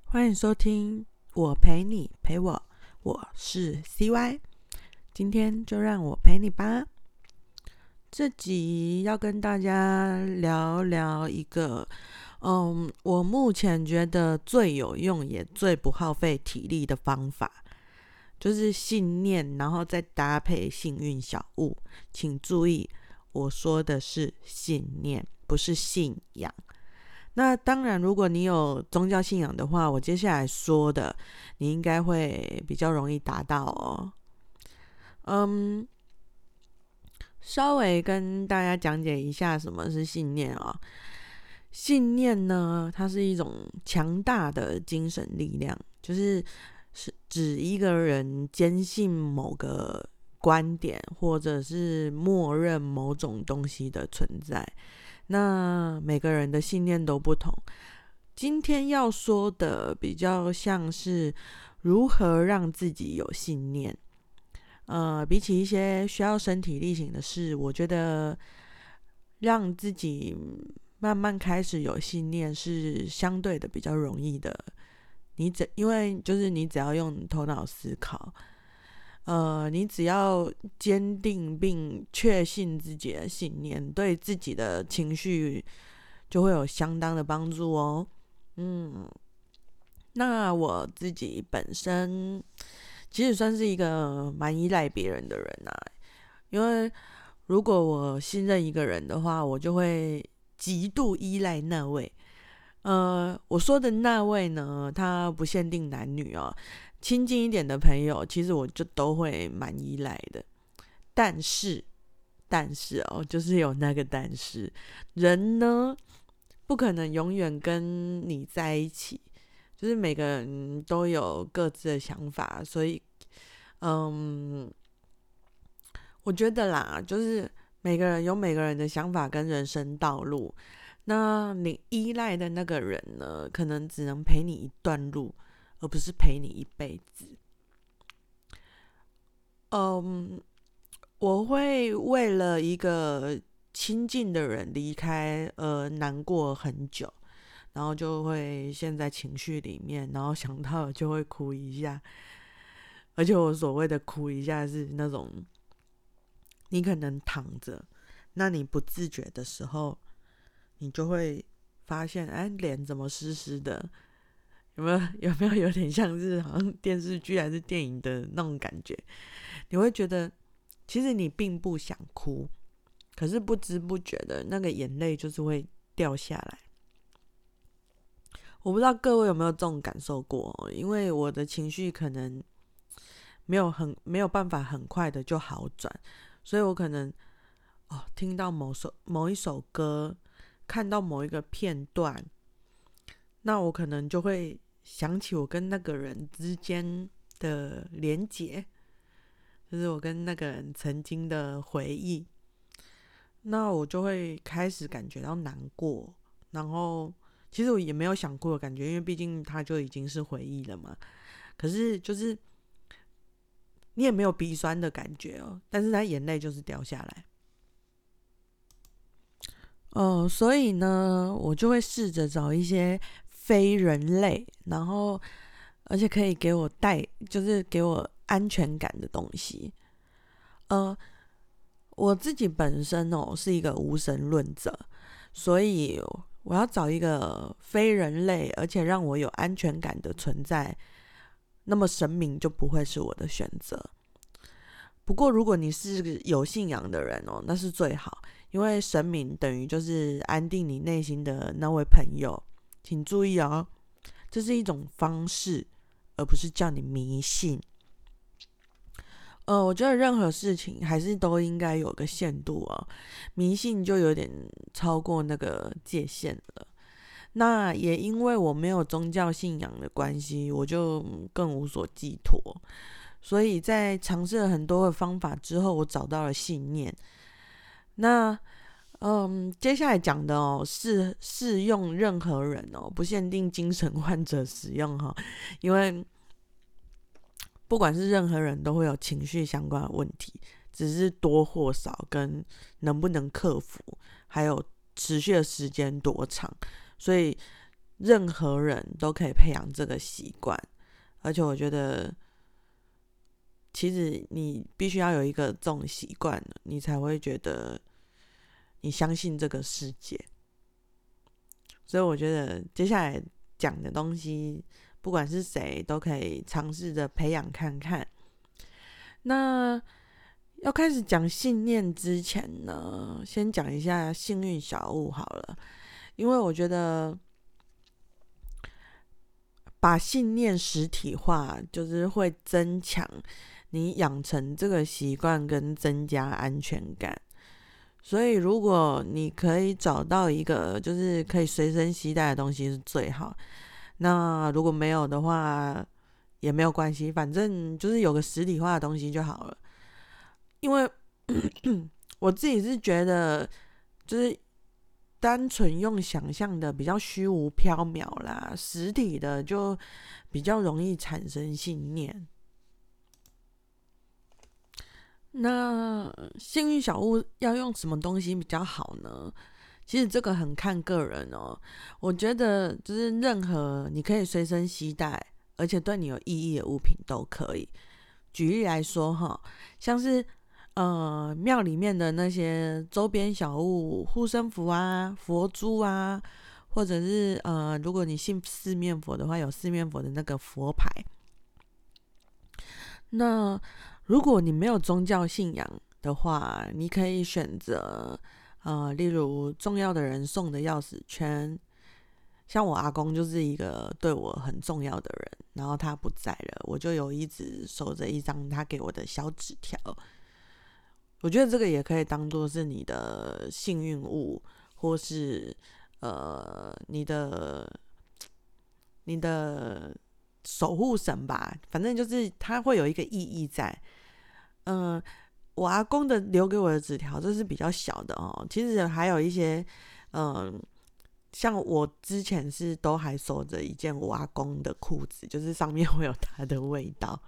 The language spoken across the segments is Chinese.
欢迎收听我陪你陪我，我是 CY， 今天就让我陪你吧。这集要跟大家聊聊一个我目前觉得最有用也最不耗费体力的方法，就是信念，然后再搭配幸运小物。请注意，我说的是信念，不是信仰。那当然，如果你有宗教信仰的话，我接下来说的，你应该会比较容易达到哦。稍微跟大家讲解一下什么是信念哦。信念呢，它是一种强大的精神力量，就是指一个人坚信某个观点，或者是默认某种东西的存在。那每个人的信念都不同。今天要说的比较像是如何让自己有信念。比起一些需要身体力行的事，我觉得让自己慢慢开始有信念是相对的比较容易的。因为就是你只要用头脑思考，你只要坚定并确信自己的信念，对自己的情绪就会有相当的帮助哦。那我自己本身其实算是一个蛮依赖别人的人啊，因为如果我信任一个人的话，我就会极度依赖那位。我说的那位呢，他不限定男女哦，亲近一点的朋友，其实我就都会蛮依赖的。但是哦，就是有那个但是，人呢不可能永远跟你在一起，就是每个人都有各自的想法，所以我觉得啦，就是每个人有每个人的想法跟人生道路。那你依赖的那个人呢，可能只能陪你一段路，而不是陪你一辈子。我会为了一个亲近的人离开而难过很久，然后就会陷在情绪里面，然后想到了就会哭一下。而且我所谓的哭一下是那种，你可能躺着，那你不自觉的时候，你就会发现，哎，脸怎么湿湿的？有没有有点像是好像电视剧还是电影的那种感觉？你会觉得，其实你并不想哭，可是不知不觉的那个眼泪就是会掉下来。我不知道各位有没有这种感受过，因为我的情绪可能没有办法很快的就好转，所以我可能听到某一首歌，看到某一个片段，那我可能就会想起我跟那个人之间的连结，就是我跟那个人曾经的回忆，那我就会开始感觉到难过，然后其实我也没有想过的感觉，因为毕竟它就已经是回忆了嘛。可是就是你也没有鼻酸的感觉哦，但是他眼泪就是掉下来。所以呢，我就会试着找一些非人类，然后而且可以给我就是给我安全感的东西。我自己本身是一个无神论者，所以我要找一个非人类而且让我有安全感的存在，那么神明就不会是我的选择。不过如果你是有信仰的人那是最好，因为神明等于就是安定你内心的那位朋友。请注意哦，这是一种方式，而不是叫你迷信。我觉得任何事情还是都应该有个限度哦，迷信就有点超过那个界限了。那也因为我没有宗教信仰的关系，我就更无所寄托。所以在尝试了很多的方法之后，我找到了信念。那接下来讲的是适用任何人不限定精神患者使用因为不管是任何人都会有情绪相关的问题，只是多或少跟能不能克服，还有持续的时间多长。所以任何人都可以培养这个习惯，而且我觉得其实你必须要有一个这种习惯，你才会觉得你相信这个世界。所以我觉得接下来讲的东西，不管是谁都可以尝试着培养看看。那要开始讲信念之前呢，先讲一下幸运小物好了，因为我觉得把信念实体化，就是会增强你养成这个习惯跟增加安全感。所以如果你可以找到一个就是可以随身携带的东西是最好，那如果没有的话也没有关系，反正就是有个实体化的东西就好了。因为我自己是觉得就是单纯用想象的比较虚无缥缈啦，实体的就比较容易产生信念。那幸运小物要用什么东西比较好呢？其实这个很看个人哦。我觉得就是任何你可以随身携带，而且对你有意义的物品都可以。举例来说哈，像是庙里面的那些周边小物，护身符啊、佛珠啊，或者是如果你信四面佛的话，有四面佛的那个佛牌。那如果你没有宗教信仰的话，你可以选择例如重要的人送的钥匙圈。像我阿公就是一个对我很重要的人，然后他不在了，我就有一直守着一张他给我的小纸条。我觉得这个也可以当做是你的幸运物，或是你的守护神吧，反正就是它会有一个意义在。我阿公的留给我的纸条，这是比较小的哦。其实还有一些，像我之前是都还收着一件我阿公的裤子，就是上面会有他的味道。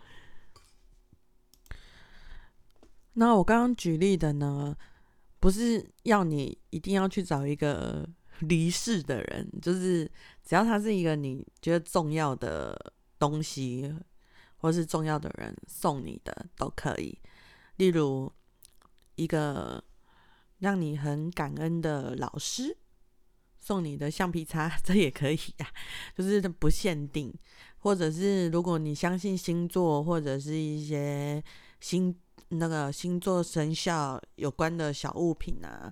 那我刚刚举例的呢，不是要你一定要去找一个离世的人，就是只要他是一个你觉得重要的东西，或是重要的人送你的都可以。例如一个让你很感恩的老师送你的橡皮擦，这也可以啊，就是不限定。或者是如果你相信星座，或者是一些那个星座生肖有关的小物品啊，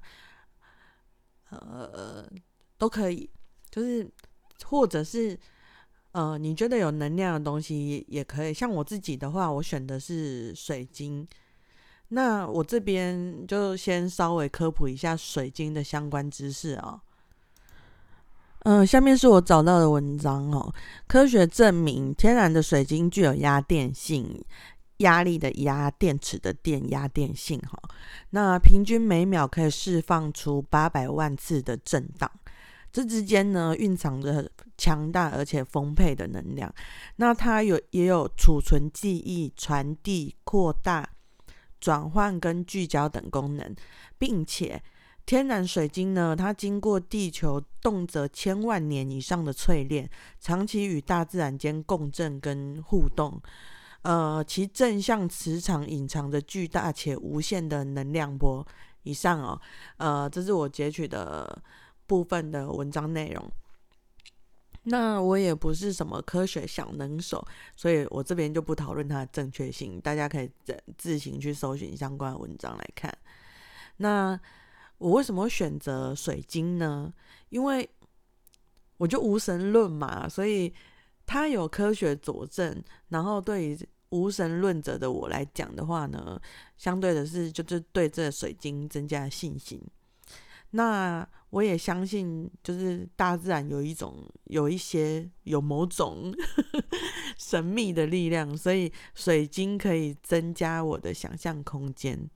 都可以。就是或者是你觉得有能量的东西也可以。像我自己的话，我选的是水晶。那我这边就先稍微科普一下水晶的相关知识哦。下面是我找到的文章哦。科学证明，天然的水晶具有压电性，压力的压，电池的电，压电性哈。那平均每秒可以释放出800万次的震荡，这之间呢蕴藏着强大而且丰沛的能量。那它也有储存记忆、传递、扩大、转换跟聚焦等功能，并且天然水晶呢，它经过地球动辄1000万年以上的淬炼，长期与大自然间共振跟互动。其正向磁场隐藏着巨大且无限的能量波。以上哦，这是我截取的部分的文章内容。那我也不是什么科学小能手，所以我这边就不讨论它的正确性，大家可以自行去搜寻相关的文章来看。那我为什么会选择水晶呢？因为我就无神论嘛，所以它有科学佐证，然后对于无神论者的我来讲的话呢，相对的是就是对这水晶增加信心。那我也相信，就是大自然有某种神秘的力量，所以水晶可以增加我的想象空间。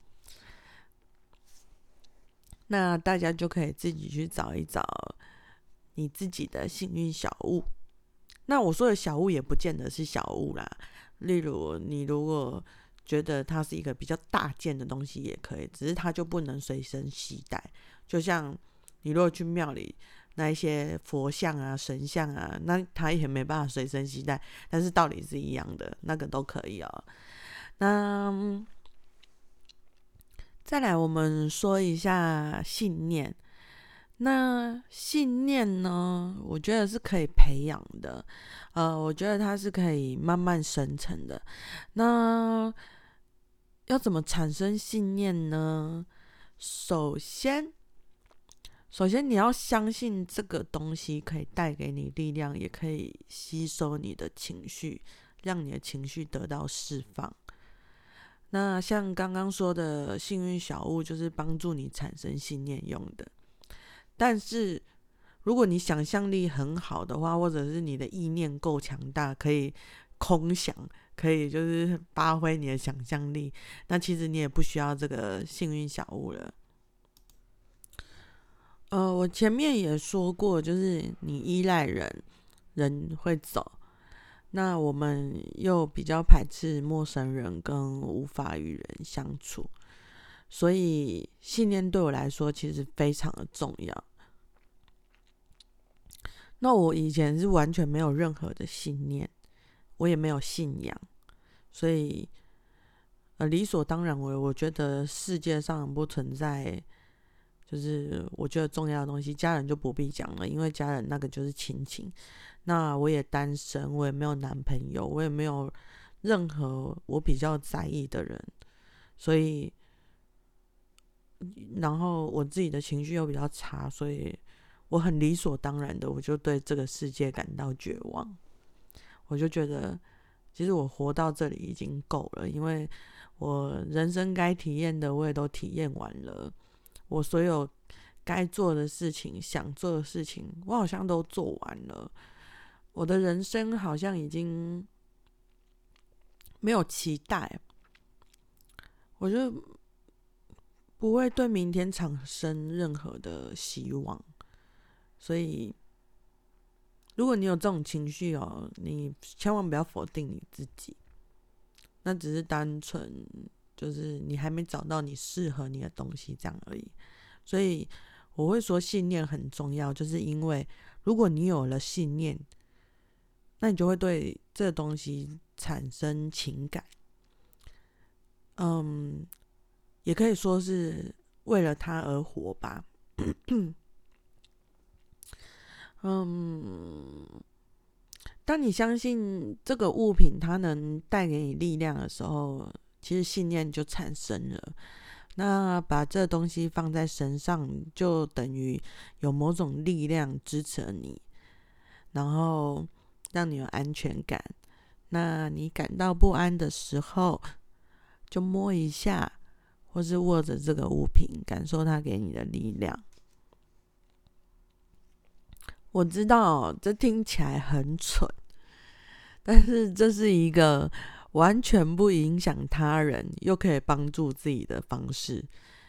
那大家就可以自己去找一找你自己的幸运小物。那我说的小物也不见得是小物啦，例如你如果觉得它是一个比较大件的东西也可以，只是它就不能随身携带。就像你如果去庙里那一些佛像啊、神像啊，那他也没办法随身携带，但是道理是一样的，那个都可以哦。那再来，我们说一下信念。那信念呢，我觉得是可以培养的，我觉得它是可以慢慢生成的。那要怎么产生信念呢？首先你要相信这个东西可以带给你力量，也可以吸收你的情绪，让你的情绪得到释放。那像刚刚说的幸运小物，就是帮助你产生信念用的。但是如果你想象力很好的话，或者是你的意念够强大，可以空想，可以就是发挥你的想象力，那其实你也不需要这个幸运小物了。我前面也说过，就是你依赖人，人会走。那我们又比较排斥陌生人跟无法与人相处，所以信念对我来说其实非常的重要。那我以前是完全没有任何的信念，我也没有信仰，所以理所当然我觉得世界上不存在就是我觉得重要的东西，家人就不必讲了，因为家人那个就是亲情。那我也单身，我也没有男朋友，我也没有任何我比较在意的人，所以然后我自己的情绪又比较差，所以我很理所当然的我就对这个世界感到绝望。我就觉得其实我活到这里已经够了，因为我人生该体验的我也都体验完了，我所有该做的事情、想做的事情我好像都做完了，我的人生好像已经没有期待，我就不会对明天产生任何的希望。所以如果你有这种情绪哦，你千万不要否定你自己，那只是单纯就是你还没找到你适合你的东西这样而已。所以我会说信念很重要，就是因为如果你有了信念，那你就会对这个东西产生情感，也可以说是为了它而活吧。当你相信这个物品它能带给你力量的时候，其实信念就产生了。那把这东西放在身上，就等于有某种力量支持你，然后让你有安全感。那你感到不安的时候，就摸一下，或是握着这个物品，感受它给你的力量。我知道这听起来很蠢，但是这是一个完全不影响他人又可以帮助自己的方式，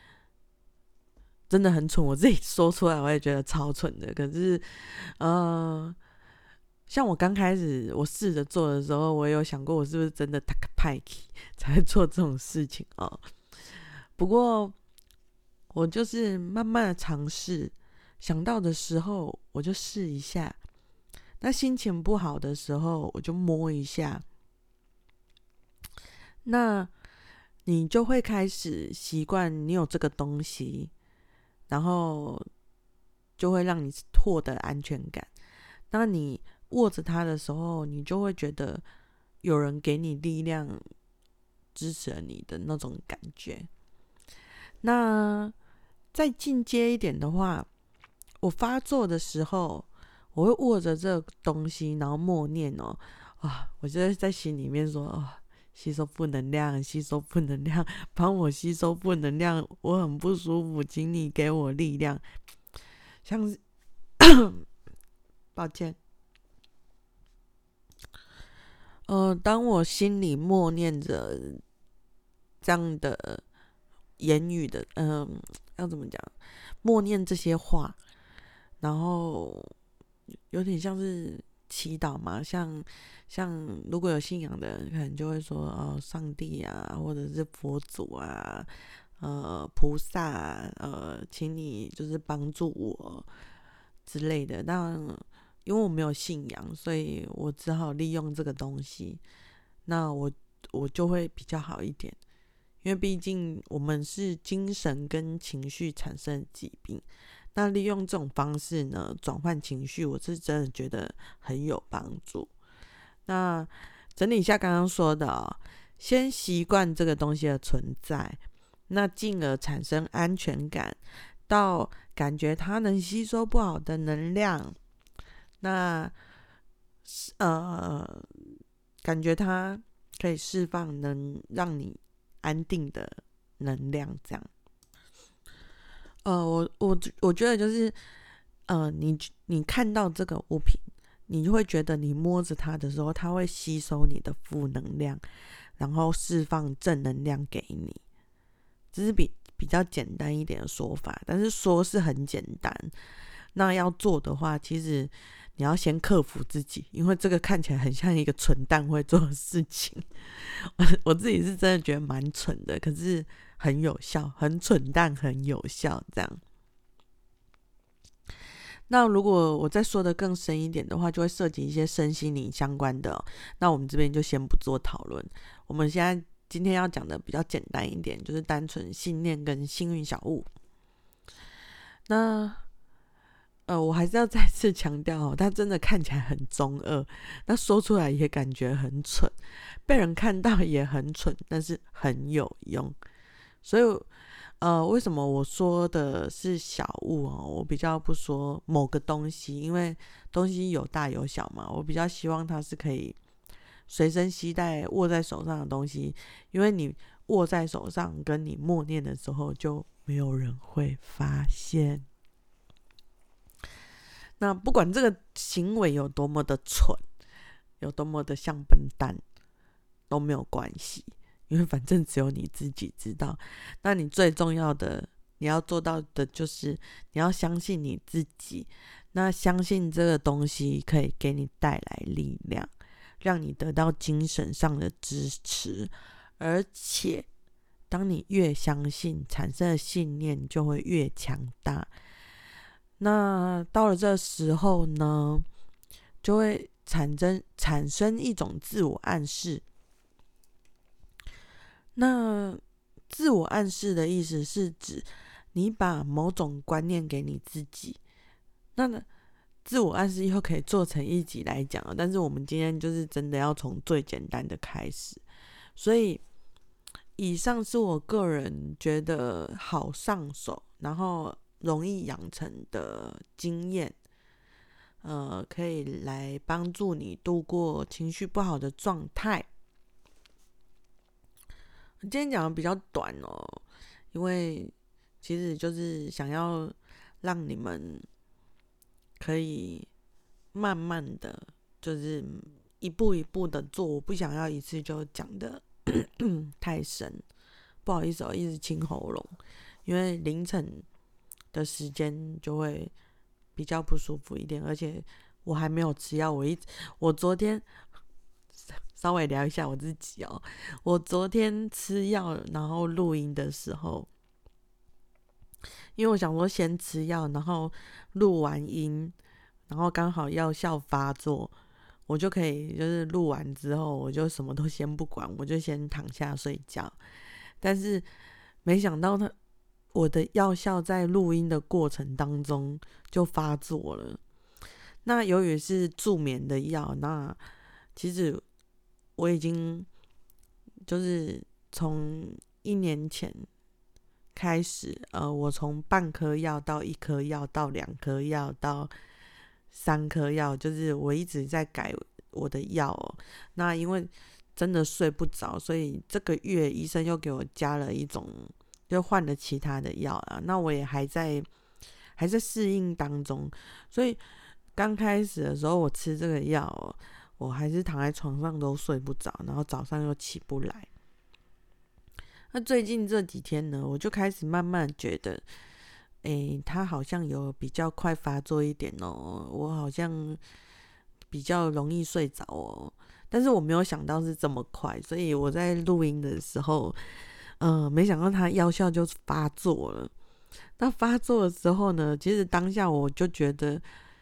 真的很蠢。我自己说出来我也觉得超蠢的，可是像我刚开始我试着做的时候，我也有想过我是不是真的打个派气才会做这种事情哦。不过我就是慢慢的尝试，想到的时候我就试一下，那心情不好的时候我就摸一下，那你就会开始习惯你有这个东西，然后就会让你获得安全感。当你握着它的时候，你就会觉得有人给你力量支持了你的那种感觉。那再进阶一点的话，我发作的时候我会握着这个东西，然后默念我就在心里面说吸收负能量，吸收负能量，帮我吸收负能量，我很不舒服，请你给我力量。像是抱歉，当我心里默念着这样的言语的，要怎么讲？默念这些话，然后有点像是祈祷嘛，像如果有信仰的人，可能就会说上帝啊，或者是佛祖啊，菩萨请你就是帮助我之类的。那因为我没有信仰，所以我只好利用这个东西，那我就会比较好一点。因为毕竟我们是精神跟情绪产生的疾病，那利用这种方式呢转换情绪，我是真的觉得很有帮助。那整理一下刚刚说的先习惯这个东西的存在，那进而产生安全感，到感觉它能吸收不好的能量，那感觉它可以释放能让你安定的能量，这样。我觉得就是你看到这个物品，你会觉得你摸着它的时候，它会吸收你的负能量，然后释放正能量给你。这是比较简单一点的说法，但是说是很简单，那要做的话，其实你要先克服自己，因为这个看起来很像一个蠢蛋会做的事情。我自己是真的觉得蛮蠢的，可是很有效，很蠢但很有效这样。那如果我再说的更深一点的话，就会涉及一些身心灵相关的那我们这边就先不做讨论。我们今天要讲的比较简单一点，就是单纯信念跟幸运小物。那我还是要再次强调它真的看起来很中二，那说出来也感觉很蠢，被人看到也很蠢，但是很有用。所以为什么我说的是小物我比较不说某个东西，因为东西有大有小嘛，我比较希望它是可以随身携带握在手上的东西，因为你握在手上跟你默念的时候就没有人会发现。那不管这个行为有多么的蠢，有多么的像笨蛋都没有关系，因为反正只有你自己知道。那你最重要的你要做到的就是你要相信你自己，那相信这个东西可以给你带来力量，让你得到精神上的支持，而且当你越相信，产生的信念就会越强大。那到了这时候呢，就会产生一种自我暗示。那自我暗示的意思是指你把某种观念给你自己。那自我暗示又可以做成一集来讲，但是我们今天就是真的要从最简单的开始。所以以上是我个人觉得好上手，然后容易养成的经验，可以来帮助你度过情绪不好的状态。今天讲的比较短因为其实就是想要让你们可以慢慢的，就是一步一步的做，我不想要一次就讲的太深，不好意思一直清喉咙，因为凌晨的时间就会比较不舒服一点，而且我还没有吃药，我昨天稍微聊一下我自己我昨天吃药然后录音的时候，因为我想说先吃药，然后录完音，然后刚好药效发作，我就可以就是录完之后我就什么都先不管，我就先躺下睡觉。但是没想到我的药效在录音的过程当中就发作了。那由于是助眠的药，那其实我已经就是从1年前开始，我从半颗药到1颗药到2颗药到3颗药，就是我一直在改我的药那因为真的睡不着，所以这个月医生又给我加了一种，就换了其他的药啦。那我也还在适应当中，所以刚开始的时候我吃这个药我还是躺在床上都睡不着，然后早上又起不来。那最近这几天呢，我就开始慢慢觉得它好像有比较快发作一点我好像比较容易睡着但是我没有想到是这么快，所以我在录音的时候没想到它药效就发作了。 那发作的时候呢，其实当下我就觉得，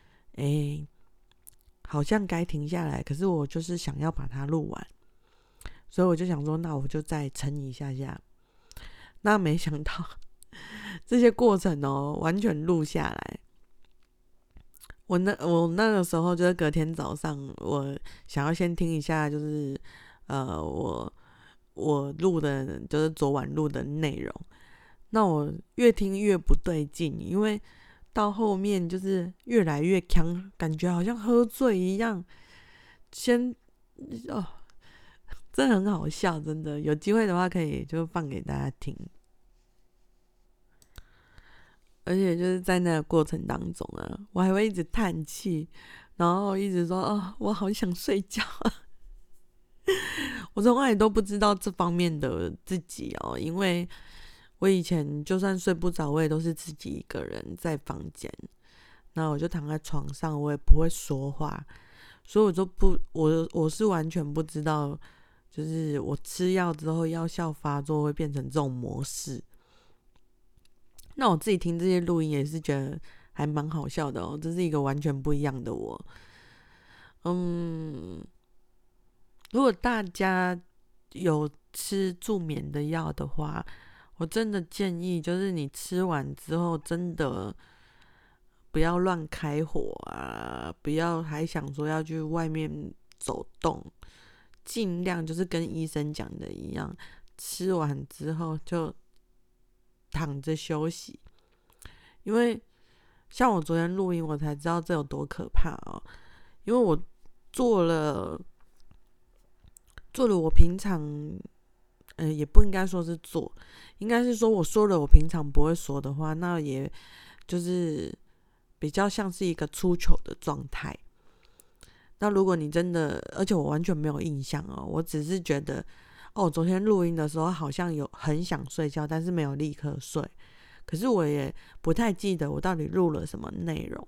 好像该停下来，可是我就是想要把它录完，所以我就想说，那我就再撑一下下。那没想到这些过程完全录下来。我那个时候就是隔天早上，我想要先听一下，就是我录的，就是昨晚录的内容。那我越听越不对劲，因为到后面就是越来越呛，感觉好像喝醉一样。哦，真的很好笑，真的有机会的话可以就放给大家听。而且就是在那个过程当中啊，我还会一直叹气，然后一直说我好想睡觉啊。我从来都不知道这方面的自己因为我以前就算睡不着，我也都是自己一个人在房间，那我就躺在床上，我也不会说话，所以我是完全不知道，就是我吃药之后药效发作会变成这种模式。那我自己听这些录音也是觉得还蛮好笑的这是一个完全不一样的我。如果大家有吃助眠的药的话，我真的建议就是你吃完之后真的不要乱开火啊，不要还想说要去外面走动，尽量就是跟医生讲的一样，吃完之后就躺着休息。因为像我昨天录音，我才知道这有多可怕因为我做了我平常也不应该说是做，应该是说我说了我平常不会说的话，那也就是比较像是一个出糗的状态。那如果你真的，而且我完全没有印象我只是觉得昨天录音的时候好像有很想睡觉，但是没有立刻睡，可是我也不太记得我到底录了什么内容，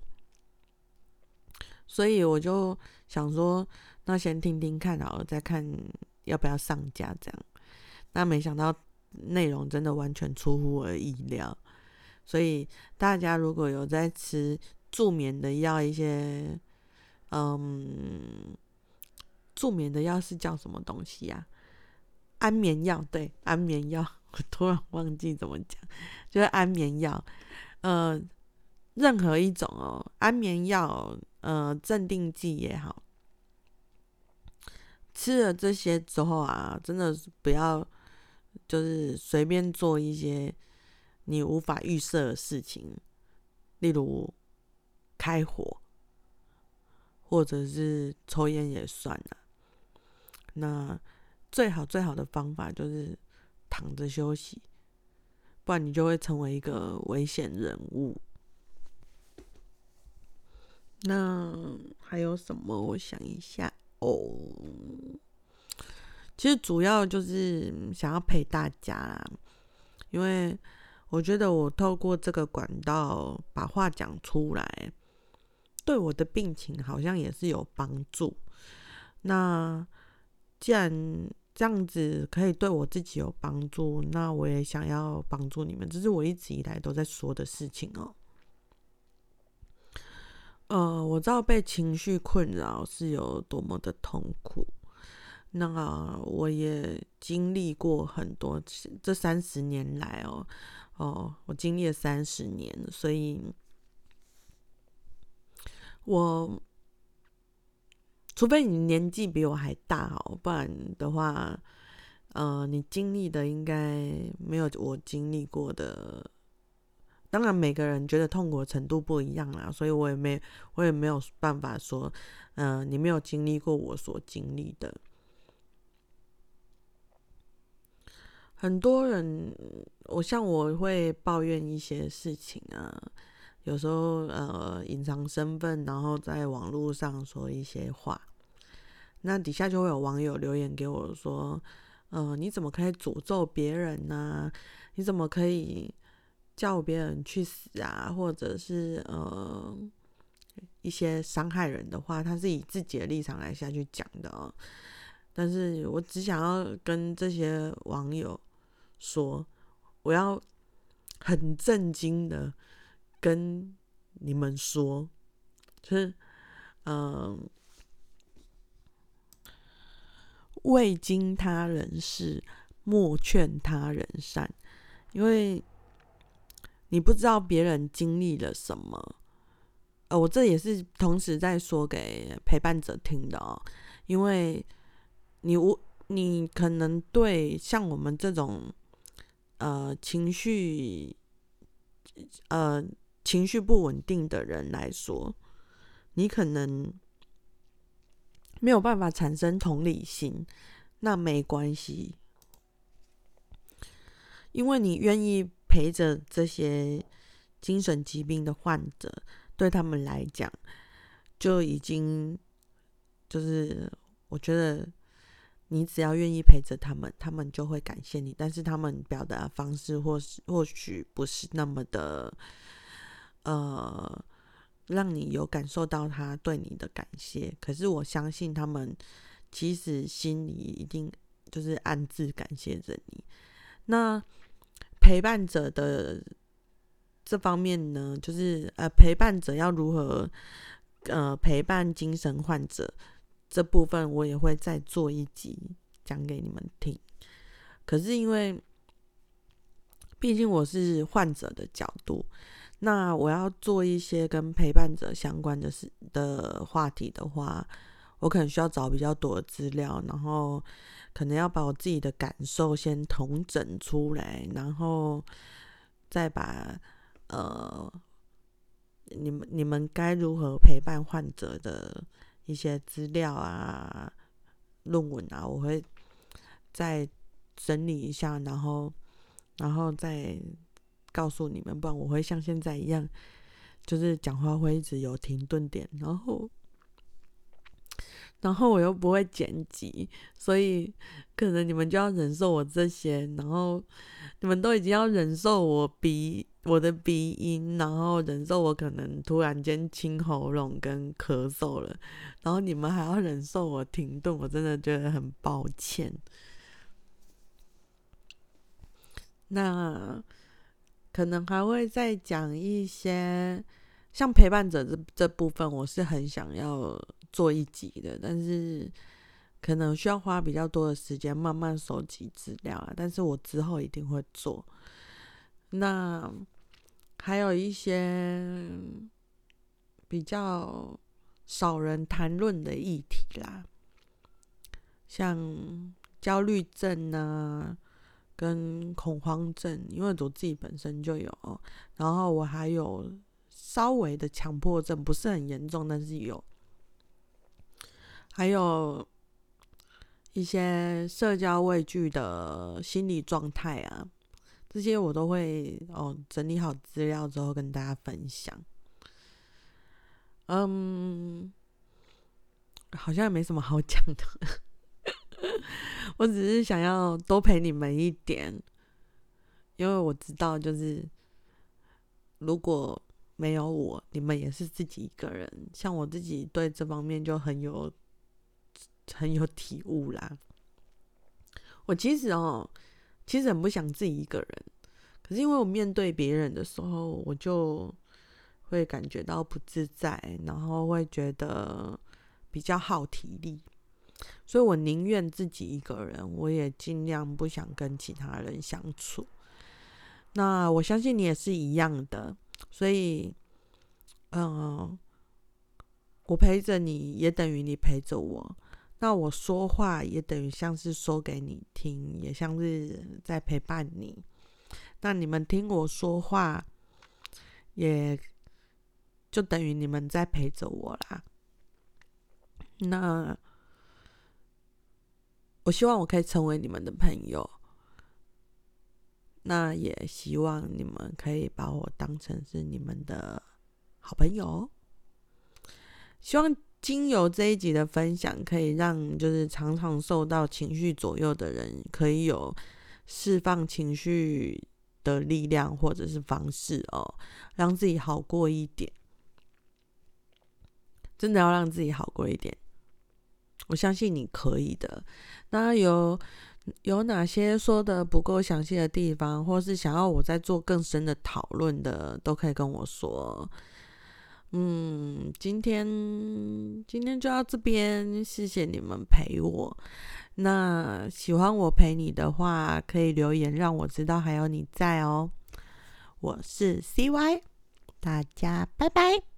所以我就想说那先听听看好了，再看要不要上架这样。那没想到内容真的完全出乎我的意料，所以大家如果有在吃助眠的药，一些助眠的药是叫什么东西啊？安眠药，对，安眠药，我突然忘记怎么讲，就是安眠药。任何一种安眠药，镇定剂也好，吃了这些之后啊，真的不要就是随便做一些你无法预设的事情，例如开火，或者是抽烟也算了。那最好的方法就是躺着休息，不然你就会成为一个危险人物。那还有什么？我想一下其实主要就是想要陪大家啦，因为我觉得我透过这个管道把话讲出来，对我的病情好像也是有帮助。那既然这样子可以对我自己有帮助，那我也想要帮助你们，这是我一直以来都在说的事情我知道被情绪困扰是有多么的痛苦，那我也经历过很多，这30年来我经历了30年，所以我除非你年纪比我还大不然的话你经历的应该没有我经历过的。当然每个人觉得痛苦的程度不一样啦，所以我也没有办法说你没有经历过我所经历的。很多人我会抱怨一些事情啊，有时候隐藏身份，然后在网络上说一些话，那底下就会有网友留言给我说你怎么可以诅咒别人呢？你怎么可以叫别人去死啊？或者是一些伤害人的话，他是以自己的立场来下去讲的但是我只想要跟这些网友说，我要很震惊的跟你们说，就是未经他人事，莫劝他人善。因为你不知道别人经历了什么，我这也是同时在说给陪伴者听的哦。因为你可能对像我们这种情绪不稳定的人来说，你可能没有办法产生同理心，那没关系，因为你愿意陪着这些精神疾病的患者，对他们来讲就已经就是我觉得你只要愿意陪着他们，他们就会感谢你，但是他们表达的方式或许不是那么的让你有感受到他对你的感谢，可是我相信他们其实心里一定就是暗自感谢着你。那陪伴者的这方面呢，就是陪伴者要如何陪伴精神患者，这部分我也会再做一集讲给你们听。可是因为毕竟我是患者的角度，那我要做一些跟陪伴者相关的话题的话，我可能需要找比较多的资料，然后可能要把我自己的感受先统整出来，然后再把你们该如何陪伴患者的一些资料啊、论文啊，我会再整理一下，然后再告诉你们，不然我会像现在一样，就是讲话会一直有停顿点，然后我又不会剪辑，所以可能你们就要忍受我这些，然后你们都已经要忍受我的鼻音，然后忍受我可能突然间清喉咙跟咳嗽了，然后你们还要忍受我停顿，我真的觉得很抱歉。那可能还会再讲一些像陪伴者这部分，我是很想要做一集的，但是可能需要花比较多的时间慢慢收集资料啊，但是我之后一定会做。那还有一些比较少人谈论的议题啦，像焦虑症啊跟恐慌症，因为我自己本身就有，然后我还有稍微的强迫症，不是很严重，但是有，还有一些社交畏惧的心理状态啊，这些我都会整理好资料之后跟大家分享。好像也没什么好讲的我只是想要多陪你们一点，因为我知道就是如果没有我，你们也是自己一个人，像我自己对这方面就很有体悟啦。我其实很不想自己一个人，可是因为我面对别人的时候，我就会感觉到不自在，然后会觉得比较耗体力，所以我宁愿自己一个人，我也尽量不想跟其他人相处。那我相信你也是一样的，所以我陪着你也等于你陪着我，那我说话也等于像是说给你听，也像是在陪伴你。那你们听我说话，也就等于你们在陪着我啦。那我希望我可以成为你们的朋友，那也希望你们可以把我当成是你们的好朋友。希望经由这一集的分享，可以让就是常常受到情绪左右的人，可以有释放情绪的力量或者是方式让自己好过一点。真的要让自己好过一点，我相信你可以的。那有有哪些说的不够详细的地方，或是想要我再做更深的讨论的，都可以跟我说。今天就到这边，谢谢你们陪我。那喜欢我陪你的话，可以留言让我知道还有你在哦。我是 CY，大家拜拜。